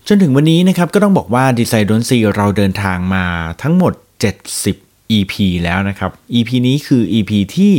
จนถึงวันนี้นะครับก็ต้องบอกว่า Design Don't See เราเดินทางมาทั้งหมด70 EP แล้วนะครับ EP นี้คือ EP ที่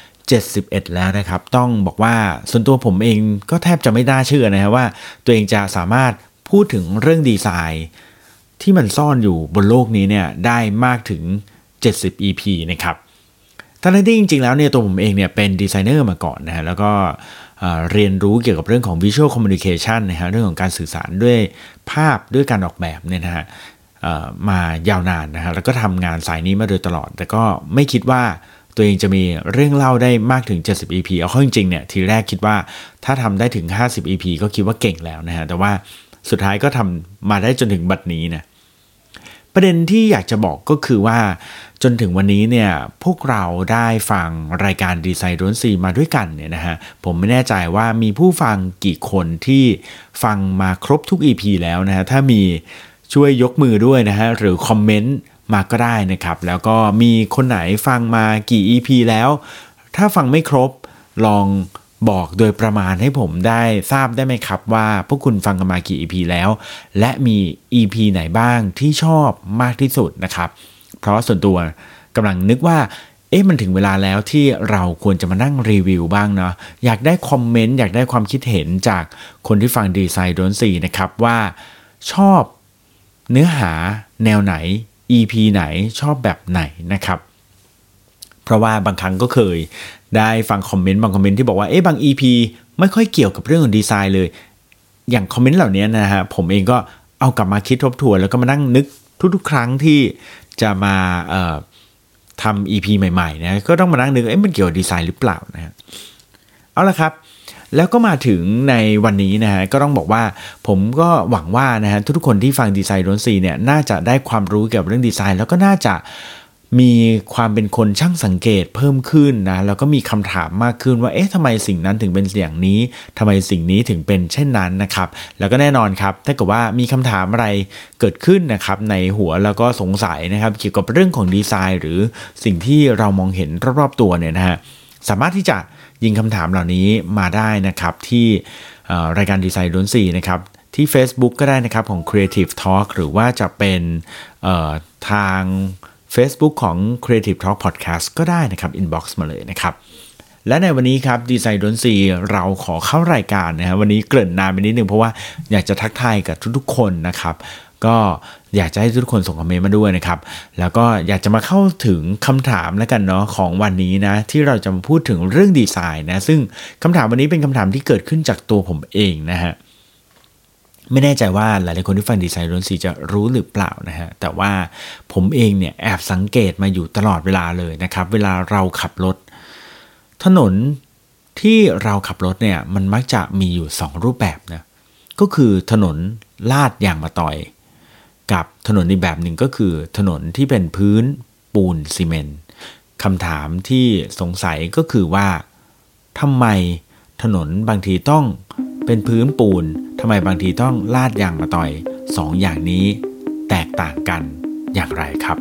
71แล้วนะครับต้องบอกว่าส่วนตัวผมเองก็แทบจะไม่น่าเชื่อนะครับว่าตัวเองจะสามารถพูดถึงเรื่องดีไซน์ที่มันซ่อนอยู่บนโลกนี้เนี่ยได้มากถึง70 EP นะครับทั้งที่จริงๆแล้วเนี่ยตัวผมเองเนี่ยเป็นดีไซเนอร์มาก่อนนะฮะแล้วก็เรียนรู้เกี่ยวกับเรื่องของ Visual Communication นะฮะเรื่องของการสื่อสารด้วยภาพด้วยการออกแบบเนี่ยนะฮะมายาวนานนะฮะแล้วก็ทำงานสายนี้มาโดยตลอดแต่ก็ไม่คิดว่าตัวเองจะมีเรื่องเล่าได้มากถึง70 EP เอาเข้าจริงๆเนี่ยทีแรกคิดว่าถ้าทำได้ถึง50 EP ก็คิดว่าเก่งแล้วนะฮะแต่ว่าสุดท้ายก็ทำมาได้จนถึงบัดนี้นะประเด็นที่อยากจะบอกก็คือว่าจนถึงวันนี้เนี่ยพวกเราได้ฟังรายการ Design Don't See มาด้วยกันเนี่ยนะฮะผมไม่แน่ใจว่ามีผู้ฟังกี่คนที่ฟังมาครบทุก EP แล้วนะฮะถ้ามีช่วยยกมือด้วยนะฮะหรือคอมเมนต์มาก็ได้นะครับแล้วก็มีคนไหนฟังมากี่ EP แล้วถ้าฟังไม่ครบลองบอกโดยประมาณให้ผมได้ทราบได้ไหมครับว่าพวกคุณฟังกันมากี่ EP แล้วและมี EP ไหนบ้างที่ชอบมากที่สุดนะครับเพราะส่วนตัวกำลังนึกว่ามันถึงเวลาแล้วที่เราควรจะมานั่งรีวิวบ้างเนาะอยากได้คอมเมนต์อยากได้ความคิดเห็นจากคนที่ฟัง Design Don't See นะครับว่าชอบเนื้อหาแนวไหน EP ไหนชอบแบบไหนนะครับเพราะว่าบางครั้งก็เคยได้ฟังคอมเมนต์บางคอมเมนต์ที่บอกว่าบาง EP ไม่ค่อยเกี่ยวกับเรื่องของดีไซน์เลยอย่างคอมเมนต์เหล่านี้นะฮะผมเองก็เอากลับมาคิดทบทวนแล้วก็มานั่งนึกทุกๆครั้งที่จะมาทำ EP ใหม่ๆนะก็ต้องมานั่งนึกมันเกี่ยวกับดีไซน์หรือเปล่านะฮะเอาละครับแล้วก็มาถึงในวันนี้นะฮะก็ต้องบอกว่าผมก็หวังว่านะฮะทุกๆคนที่ฟัง Design Don't See เนี่ยน่าจะได้ความรู้เกี่ยวกับเรื่องดีไซน์แล้วก็น่าจะมีความเป็นคนช่างสังเกตเพิ่มขึ้นนะแล้วก็มีคำถามมากขึ้นว่าทำไมสิ่งนั้นถึงเป็นอย่างนี้ทำไมสิ่งนี้ถึงเป็นเช่นนั้นนะครับแล้วก็แน่นอนครับถ้าเกิดว่ามีคำถามอะไรเกิดขึ้นนะครับในหัวแล้วก็สงสัยนะครับเกี่ยวกับเรื่องของดีไซน์หรือสิ่งที่เรามองเห็นรอบๆตัวเนี่ยนะฮะสามารถที่จะยิงคำถามเหล่านี้มาได้นะครับที่รายการ Design Don't See นะครับที่ Facebook ก็ได้นะครับของ Creative Talk หรือว่าจะเป็นทาง Facebook ของ Creative Talk Podcast ก็ได้นะครับ inbox มาเลยนะครับและในวันนี้ครับ Design Don't See เราขอเข้ารายการนะฮะวันนี้เกริ่นนานไปนิดนึงเพราะว่าอยากจะทักทายกับทุกๆคนนะครับก็อยากจะให้ทุกคนส่งคอมเมนต์มาด้วยนะครับแล้วก็อยากจะมาเข้าถึงคำถามแล้วกันเนาะของวันนี้นะที่เราจะมาพูดถึงเรื่องดีไซน์นะซึ่งคำถามวันนี้เป็นคำถามที่เกิดขึ้นจากตัวผมเองนะฮะไม่แน่ใจว่าหลายๆคนที่ฟัง Design Don't See จะรู้หรือเปล่านะฮะแต่ว่าผมเองเนี่ยแอบสังเกตมาอยู่ตลอดเวลาเลยนะครับเวลาเราขับรถถนนที่เราขับรถเนี่ยมันมักจะมีอยู่2รูปแบบนะก็คือถนนลาดยางมะตอยกับถนนอีกแบบหนึ่งก็คือถนนที่เป็นพื้นปูนซีเมนต์คำถามที่สงสัยก็คือว่าทำไมถนนบางทีต้องเป็นพื้นปูนทำไมบางทีต้องลาดยางมะตอย2อย่างนี้แตกต่างกันอย่างไรครับ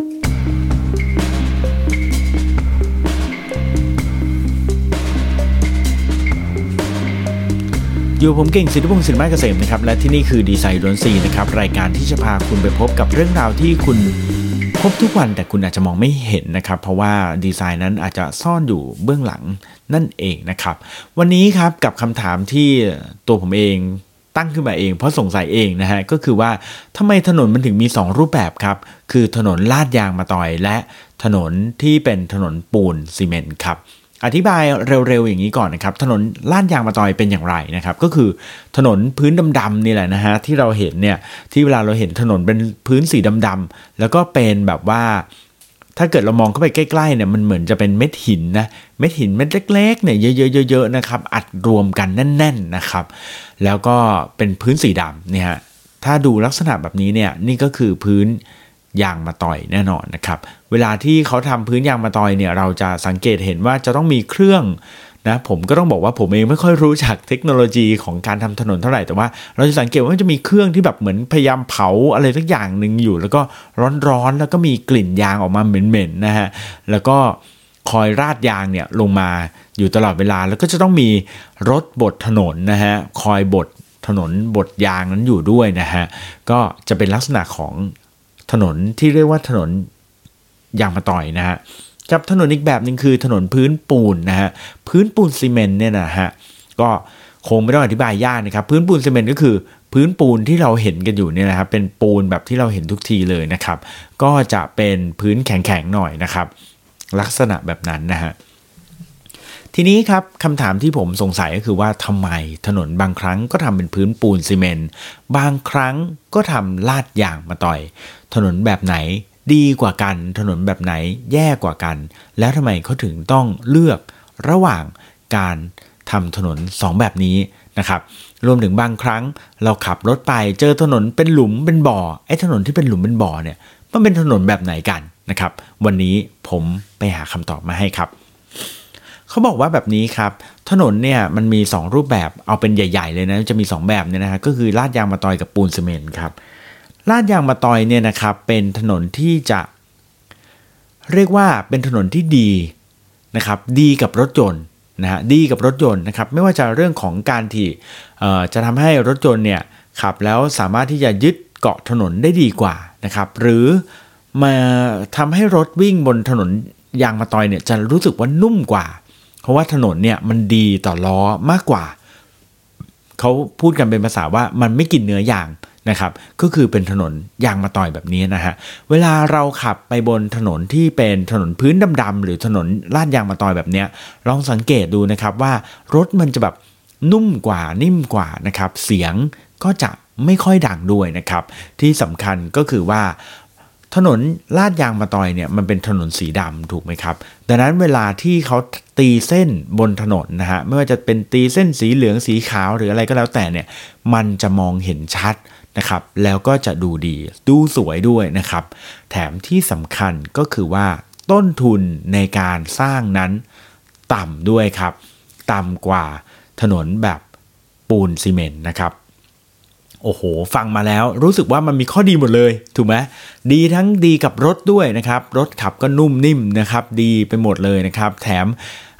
อยู่ผมเก่งสิทธิพงศ์สินไม้เกษมนะครับและที่นี่คือ Design Don't See นะครับรายการที่จะพาคุณไปพบกับเรื่องราวที่คุณพบทุกวันแต่คุณอาจจะมองไม่เห็นนะครับเพราะว่าดีไซน์นั้นอาจจะซ่อนอยู่เบื้องหลังนั่นเองนะครับวันนี้ครับกับคำถามที่ตัวผมเองตั้งขึ้นมาเองเพราะสงสัยเองนะฮะก็คือว่าทำไมถนนมันถึงมี2รูปแบบครับคือถนนลาดยางมะตอยและถนนที่เป็นถนนปูนซีเมนต์ครับอธิบายเร็วๆอย่างนี้ก่อนนะครับถนนลาดยางมะตอยเป็นอย่างไรนะครับก็คือถนนพื้นดำๆนี่แหละนะฮะที่เราเห็นเนี่ยที่เวลาเราเห็นถนนเป็นพื้นสีดำๆแล้วก็เป็นแบบว่าถ้าเกิดเรามองเข้าไปใกล้ๆเนี่ยมันเหมือนจะเป็นเม็ดหินนะเม็ดหินเม็ดเล็กๆเนี่ยเยอะๆนะครับอัดรวมกันแน่นๆนะครับแล้วก็เป็นพื้นสีดำเนี่ยถ้าดูลักษณะแบบนี้เนี่ยนี่ก็คือพื้นยางมะตอยแน่นอนนะครับเวลาที่เขาทำพื้นยางมะตอยเนี่ยเราจะสังเกตเห็นว่าจะต้องมีเครื่องนะผมก็ต้องบอกว่าผมเองไม่ค่อยรู้จักเทคโนโลยีของการทำถนนเท่าไหร่แต่ว่าเราจะสังเกตว่ามันจะมีเครื่องที่แบบเหมือนพยายามเผาอะไรสักอย่างนึงอยู่แล้วก็ร้อนๆแล้วก็มีกลิ่นยางออกมาเหม็นๆนะฮะแล้วก็คอยราดยางเนี่ยลงมาอยู่ตลอดเวลาแล้วก็จะต้องมีรถบดถนนนะฮะคอยบดถนนบดยางนั้นอยู่ด้วยนะฮะก็จะเป็นลักษณะของถนนที่เรียกว่าถนนยางมะตอยนะฮะกับถนนอีกแบบนึงคือถนนพื้นปูนนะฮะพื้นปูนซีเมนต์เนี่ยนะฮะก็คงไม่ต้องอธิบายยากนะครับพื้นปูนซีเมนต์ก็คือพื้นปูนที่เราเห็นกันอยู่เนี่ยนะครับเป็นปูนแบบที่เราเห็นทุกทีเลยนะครับก็จะเป็นพื้นแข็งๆหน่อยนะครับลักษณะแบบนั้นนะฮะทีนี้ครับคำถามที่ผมสงสัยก็คือว่าทำไมถนนบางครั้งก็ทำเป็นพื้นปูนซีเมนต์บางครั้งก็ทำลาดยางมะตอยถนนแบบไหนดีกว่ากันถนนแบบไหนแย่กว่ากันแล้วทำไมเขาถึงต้องเลือกระหว่างการทำถนน2แบบนี้นะครับรวมถึงบางครั้งเราขับรถไปเจอถนนเป็นหลุมเป็นบ่อไอ้ถนนที่เป็นหลุมเป็นบ่อเนี่ยมันเป็นถนนแบบไหนกันนะครับวันนี้ผมไปหาคำตอบมาให้ครับเขาบอกว่าแบบนี้ครับถนนเนี่ยมันมี2รูปแบบเอาเป็นใหญ่ๆเลยนะจะมี2แบบเนี่ยนะฮะก็คือลาดยางมะตอยกับปูนซีเมนต์ครับลาดยางมะตอยเนี่ยนะครับเป็นถนนที่จะเรียกว่าเป็นถนนที่ดีนะครับดีกับรถยนต์นะฮะดีกับรถยนต์นะครับไม่ว่าจะเรื่องของการที่จะทำให้รถยนต์เนี่ยขับแล้วสามารถที่จะยึดเกาะถนนได้ดีกว่านะครับหรือมาทำให้รถวิ่งบนถนนยางมะตอยเนี่ยจะรู้สึกว่านุ่มกว่าเพราะว่าถนนเนี่ยมันดีต่อล้อมากกว่าเขาพูดกันเป็นภาษาว่ามันไม่กินเนื้อยางนะครับก็คือเป็นถนนยางมะตอยแบบนี้นะฮะเวลาเราขับไปบนถนนที่เป็นถนนพื้นดำๆหรือถนนลาดยางมะตอยแบบนี้ลองสังเกตดูนะครับว่ารถมันจะแบบนุ่มกว่านิ่มกว่านะครับเสียงก็จะไม่ค่อยดังด้วยนะครับที่สำคัญก็คือว่าถนนลาดยางมะตอยเนี่ยมันเป็นถนนสีดำถูกไหมครับดังนั้นเวลาที่เขาตีเส้นบนถนนนะฮะไม่ว่าจะเป็นตีเส้นสีเหลืองสีขาวหรืออะไรก็แล้วแต่เนี่ยมันจะมองเห็นชัดนะครับแล้วก็จะดูดีดูสวยด้วยนะครับแถมที่สำคัญก็คือว่าต้นทุนในการสร้างนั้นต่ำด้วยครับต่ำกว่าถนนแบบปูนซีเมนต์นะครับโอ้โหฟังมาแล้วรู้สึกว่ามันมีข้อดีหมดเลยถูกไหมดีทั้งดีกับรถด้วยนะครับรถขับก็นุ่มนิ่มนะครับดีไปหมดเลยนะครับแถม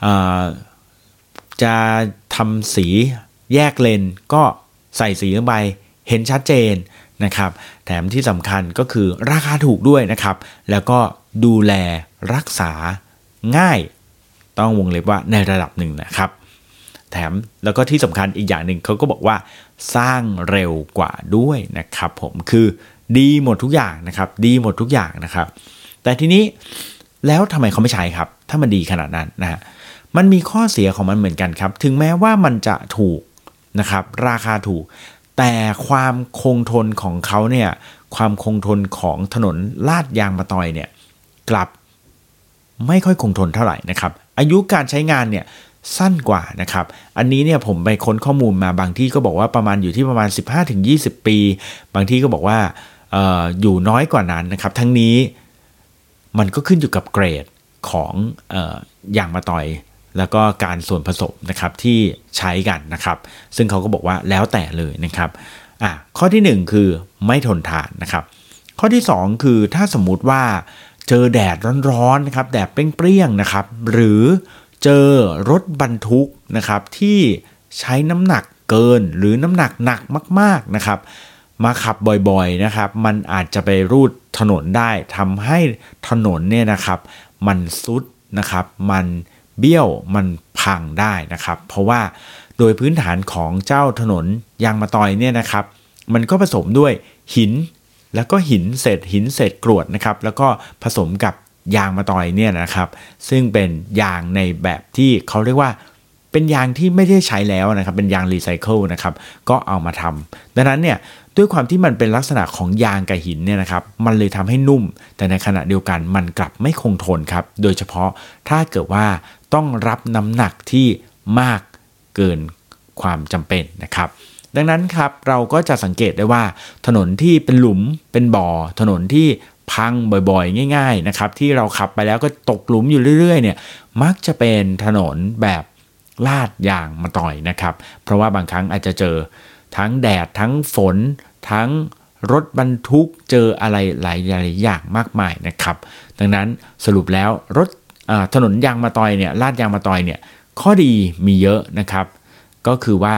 จะทำสีแยกเลนก็ใส่สีลงไปเห็นชัดเจนนะครับแถมที่สำคัญก็คือราคาถูกด้วยนะครับแล้วก็ดูแลรักษาง่ายต้องวงเล็บว่าในระดับหนึ่งนะครับแถมแล้วก็ที่สำคัญอีกอย่างหนึ่งเขาก็บอกว่าสร้างเร็วกว่าด้วยนะครับผมคือดีหมดทุกอย่างนะครับดีหมดทุกอย่างนะครับแต่ทีนี้แล้วทำไมเขาไม่ใช้ครับถ้ามันดีขนาดนั้นนะฮะมันมีข้อเสียของมันเหมือนกันครับถึงแม้ว่ามันจะถูกนะครับราคาถูกแต่ความคงทนของเขาเนี่ยความคงทนของถนนลาดยางมะตอยเนี่ยกลับไม่ค่อยคงทนเท่าไหร่นะครับอายุการใช้งานเนี่ยสั้นกว่านะครับอันนี้เนี่ยผมไปค้นข้อมูลมาบางที่ก็บอกว่าประมาณอยู่ที่ประมาณ 15-20 ปีบางที่ก็บอกว่าอยู่น้อยกว่านั้นนะครับทั้งนี้มันก็ขึ้นอยู่กับเกรดของยางมะตอยแล้วก็การส่วนผสมนะครับที่ใช้กันนะครับซึ่งเขาก็บอกว่าแล้วแต่เลยนะครับข้อที่1คือไม่ทนทานนะครับข้อที่2คือถ้าสมมุติว่าเจอแดดร้อนๆนะครับแดดเปรี้ยงๆนะครับหรือเจอรถบรรทุกนะครับที่ใช้น้ำหนักเกินหรือน้ำหนักหนักมากๆนะครับมาขับบ่อยๆนะครับมันอาจจะไปรูดถนนได้ทำให้ถนนเนี่ยนะครับมันซุดนะครับมันเบี้ยวมันพังได้นะครับเพราะว่าโดยพื้นฐานของเจ้าถนนยางมะตอยเนี่ยนะครับมันก็ผสมด้วยหินแล้วก็หินเศษกรวดนะครับแล้วก็ผสมกับยางมะตอยเนี่ยนะครับซึ่งเป็นยางในแบบที่เขาเรียกว่าเป็นยางที่ไม่ได้ใช้แล้วนะครับเป็นยางรีไซเคิลนะครับก็เอามาทำดังนั้นเนี่ยด้วยความที่มันเป็นลักษณะของยางกับหินเนี่ยนะครับมันเลยทำให้นุ่มแต่ในขณะเดียวกันมันกลับไม่คงทนครับโดยเฉพาะถ้าเกิดว่าต้องรับน้ำหนักที่มากเกินความจำเป็นนะครับดังนั้นครับเราก็จะสังเกตได้ว่าถนนที่เป็นหลุมเป็นบ่อถนนที่พังบ่อยๆง่ายๆนะครับที่เราขับไปแล้วก็ตกหลุมอยู่เรื่อยๆเนี่ยมักจะเป็นถนนแบบลาดยางมะตอยนะครับเพราะว่าบางครั้งอาจจะเจอทั้งแดดทั้งฝนทั้งรถบรรทุกเจออะไรหลายอย่างมากมายนะครับดังนั้นสรุปแล้วถนนยางมะตอยเนี่ยลาดยางมะตอยเนี่ยข้อดีมีเยอะนะครับก็คือว่า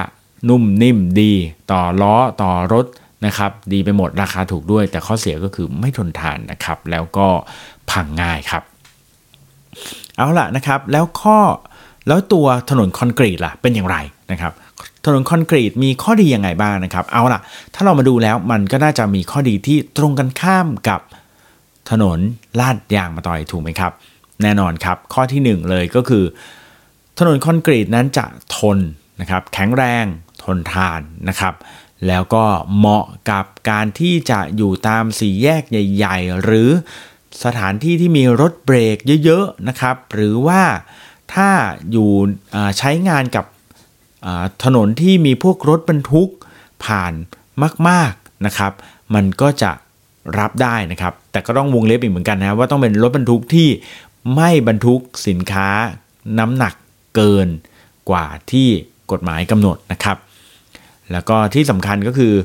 นุ่มนิ่มดีต่อล้อต่อรถนะครับดีไปหมดราคาถูกด้วยแต่ข้อเสียก็คือไม่ทนทานนะครับแล้วก็พังง่ายครับเอาล่ะนะครับแล้วตัวถนนคอนกรีตล่ะเป็นอย่างไรนะครับถนนคอนกรีตมีข้อดียังไงบ้างนะครับเอาล่ะถ้าเรามาดูแล้วมันก็น่าจะมีข้อดีที่ตรงกันข้ามกับถนนลาดยางมะตอยถูกไหมครับแน่นอนครับข้อที่1เลยก็คือถนนคอนกรีตนั้นจะทนนะครับแข็งแรงทนทานนะครับแล้วก็เหมาะกับการที่จะอยู่ตามสี่แยกใหญ่ๆหรือสถานที่ที่มีรถเบรกเยอะๆนะครับหรือว่าถ้าอยู่ใช้งานกับถนนที่มีพวกรถบรรทุกผ่านมากๆนะครับมันก็จะรับได้นะครับแต่ก็ต้องวงเล็บอีกเหมือนกันนะว่าต้องเป็นรถบรรทุกที่ไม่บรรทุกสินค้าน้ำหนักเกินกว่าที่กฎหมายกำหนดนะครับแล้วก็ที่สำคัญก็คือ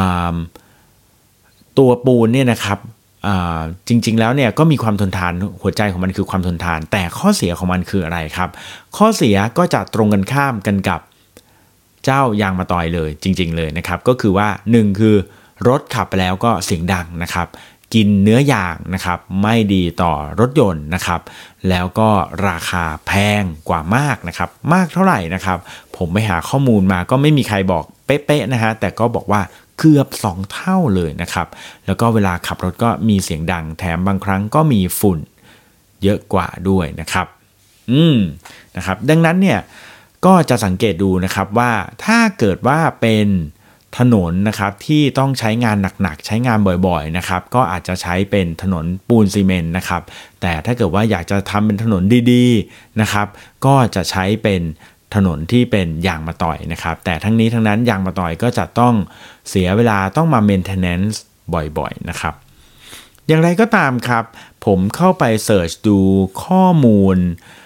ตัวปูนเนี่ยนะครับจริงๆแล้วเนี่ยก็มีความทนทานหัวใจของมันคือความทนทานแต่ข้อเสียของมันคืออะไรครับข้อเสียก็จะตรงกันข้ามกันกับเจ้ายางมะตอยเลยจริงๆเลยนะครับก็คือว่า1คือรถขับไปแล้วก็เสียงดังนะครับกินเนื้อยางนะครับไม่ดีต่อรถยนต์นะครับแล้วก็ราคาแพงกว่ามากนะครับมากเท่าไหร่นะครับผมไปหาข้อมูลมาก็ไม่มีใครบอกเป๊ะๆนะฮะแต่ก็บอกว่าเกือบ2เท่าเลยนะครับแล้วก็เวลาขับรถก็มีเสียงดังแถมบางครั้งก็มีฝุ่นเยอะกว่าด้วยนะครับนะครับดังนั้นเนี่ยก็จะสังเกตดูนะครับว่าถ้าเกิดว่าเป็นถนนนะครับที่ต้องใช้งานหนักๆใช้งานบ่อยๆนะครับก็อาจจะใช้เป็นถนนปูนซีเมนต์นะครับแต่ถ้าเกิดว่าอยากจะทำเป็นถนนดีๆนะครับก็จะใช้เป็นถนนที่เป็นยางมะตอยนะครับแต่ทั้งนี้ทั้งนั้นยางมะตอยก็จะต้องเสียเวลาต้องมา maintenance บ่อยๆนะครับอย่างไรก็ตามครับผมเข้าไปเสิร์ชดูข้อมูล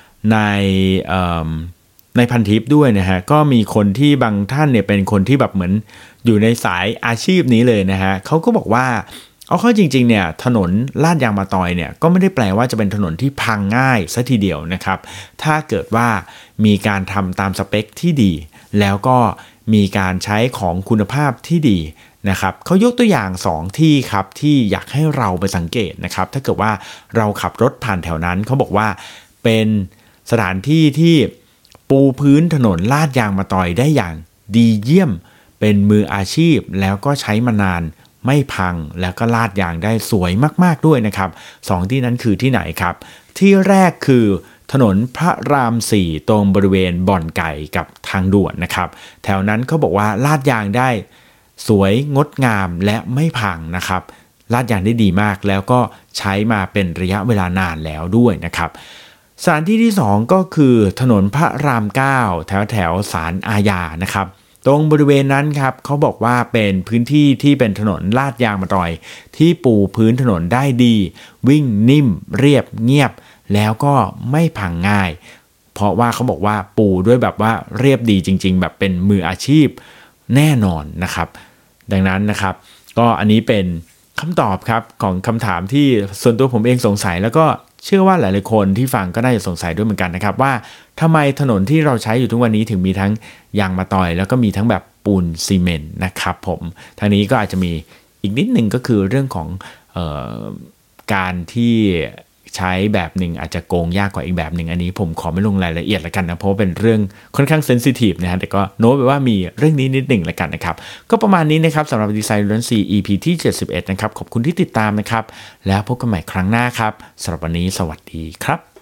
ในพันทิปด้วยนะฮะก็มีคนที่บางท่านเนี่ยเป็นคนที่แบบเหมือนอยู่ในสายอาชีพนี้เลยนะฮะเขาก็บอกว่าเอาเข้าจริงๆเนี่ยถนนลาดยางมะตอยเนี่ยก็ไม่ได้แปลว่าจะเป็นถนนที่พังง่ายซะทีเดียวนะครับถ้าเกิดว่ามีการทำตามสเปคที่ดีแล้วก็มีการใช้ของคุณภาพที่ดีนะครับเขายกตัวอย่าง2ที่ครับที่อยากให้เราไปสังเกตนะครับถ้าเกิดว่าเราขับรถผ่านแถวนั้นเขาบอกว่าเป็นสถานที่ที่ปูพื้นถนนลาดยางมะตอยได้อย่างดีเยี่ยมเป็นมืออาชีพแล้วก็ใช้มานานไม่พังแล้วก็ลาดยางได้สวยมากๆด้วยนะครับ2ที่นั้นคือที่ไหนครับที่แรกคือถนนพระราม4ตรงบริเวณบ่อนไก่กับทางด่วนนะครับแถวนั้นเขาบอกว่าลาดยางได้สวยงดงามและไม่พังนะครับลาดยางได้ดีมากแล้วก็ใช้มาเป็นระยะเวลานานแล้วด้วยนะครับสถานที่ที่2ก็คือถนนพระราม9แถวศาลอาญานะครับตรงบริเวณนั้นครับเขาบอกว่าเป็นพื้นที่ที่เป็นถนนลาดยางมะตอยที่ปูพื้นถนนได้ดีวิ่งนิ่มเรียบเงียบแล้วก็ไม่พังง่ายเพราะว่าเขาบอกว่าปูด้วยแบบว่าเรียบดีจริงๆแบบเป็นมืออาชีพแน่นอนนะครับดังนั้นนะครับก็อันนี้เป็นคำตอบครับของคำถามที่ส่วนตัวผมเองสงสัยแล้วก็เชื่อว่าหลายๆคนที่ฟังก็น่าจะสงสัยด้วยเหมือนกันนะครับว่าทำไมถนนที่เราใช้อยู่ทุกวันนี้ถึงมีทั้งยางมะตอยแล้วก็มีทั้งแบบปูนซีเมนต์นะครับผมทางนี้ก็อาจจะมีอีกนิดนึงก็คือเรื่องของการที่ใช้แบบหนึ่งอาจจะโกงยากกว่าอีกแบบหนึ่งอันนี้ผมขอไม่ลงรายละเอียดละกันนะเพราะเป็นเรื่องค่อนข้างเซนซิทีฟนะฮะแต่ก็โน้ตไปว่ามีเรื่องนี้นิดหนึ่งละกันนะครับก็ประมาณนี้นะครับสำหรับ Design Fluency EP ที่71นะครับขอบคุณที่ติดตามนะครับแล้วพบกันใหม่ครั้งหน้าครับสำหรับวันนี้สวัสดีครับ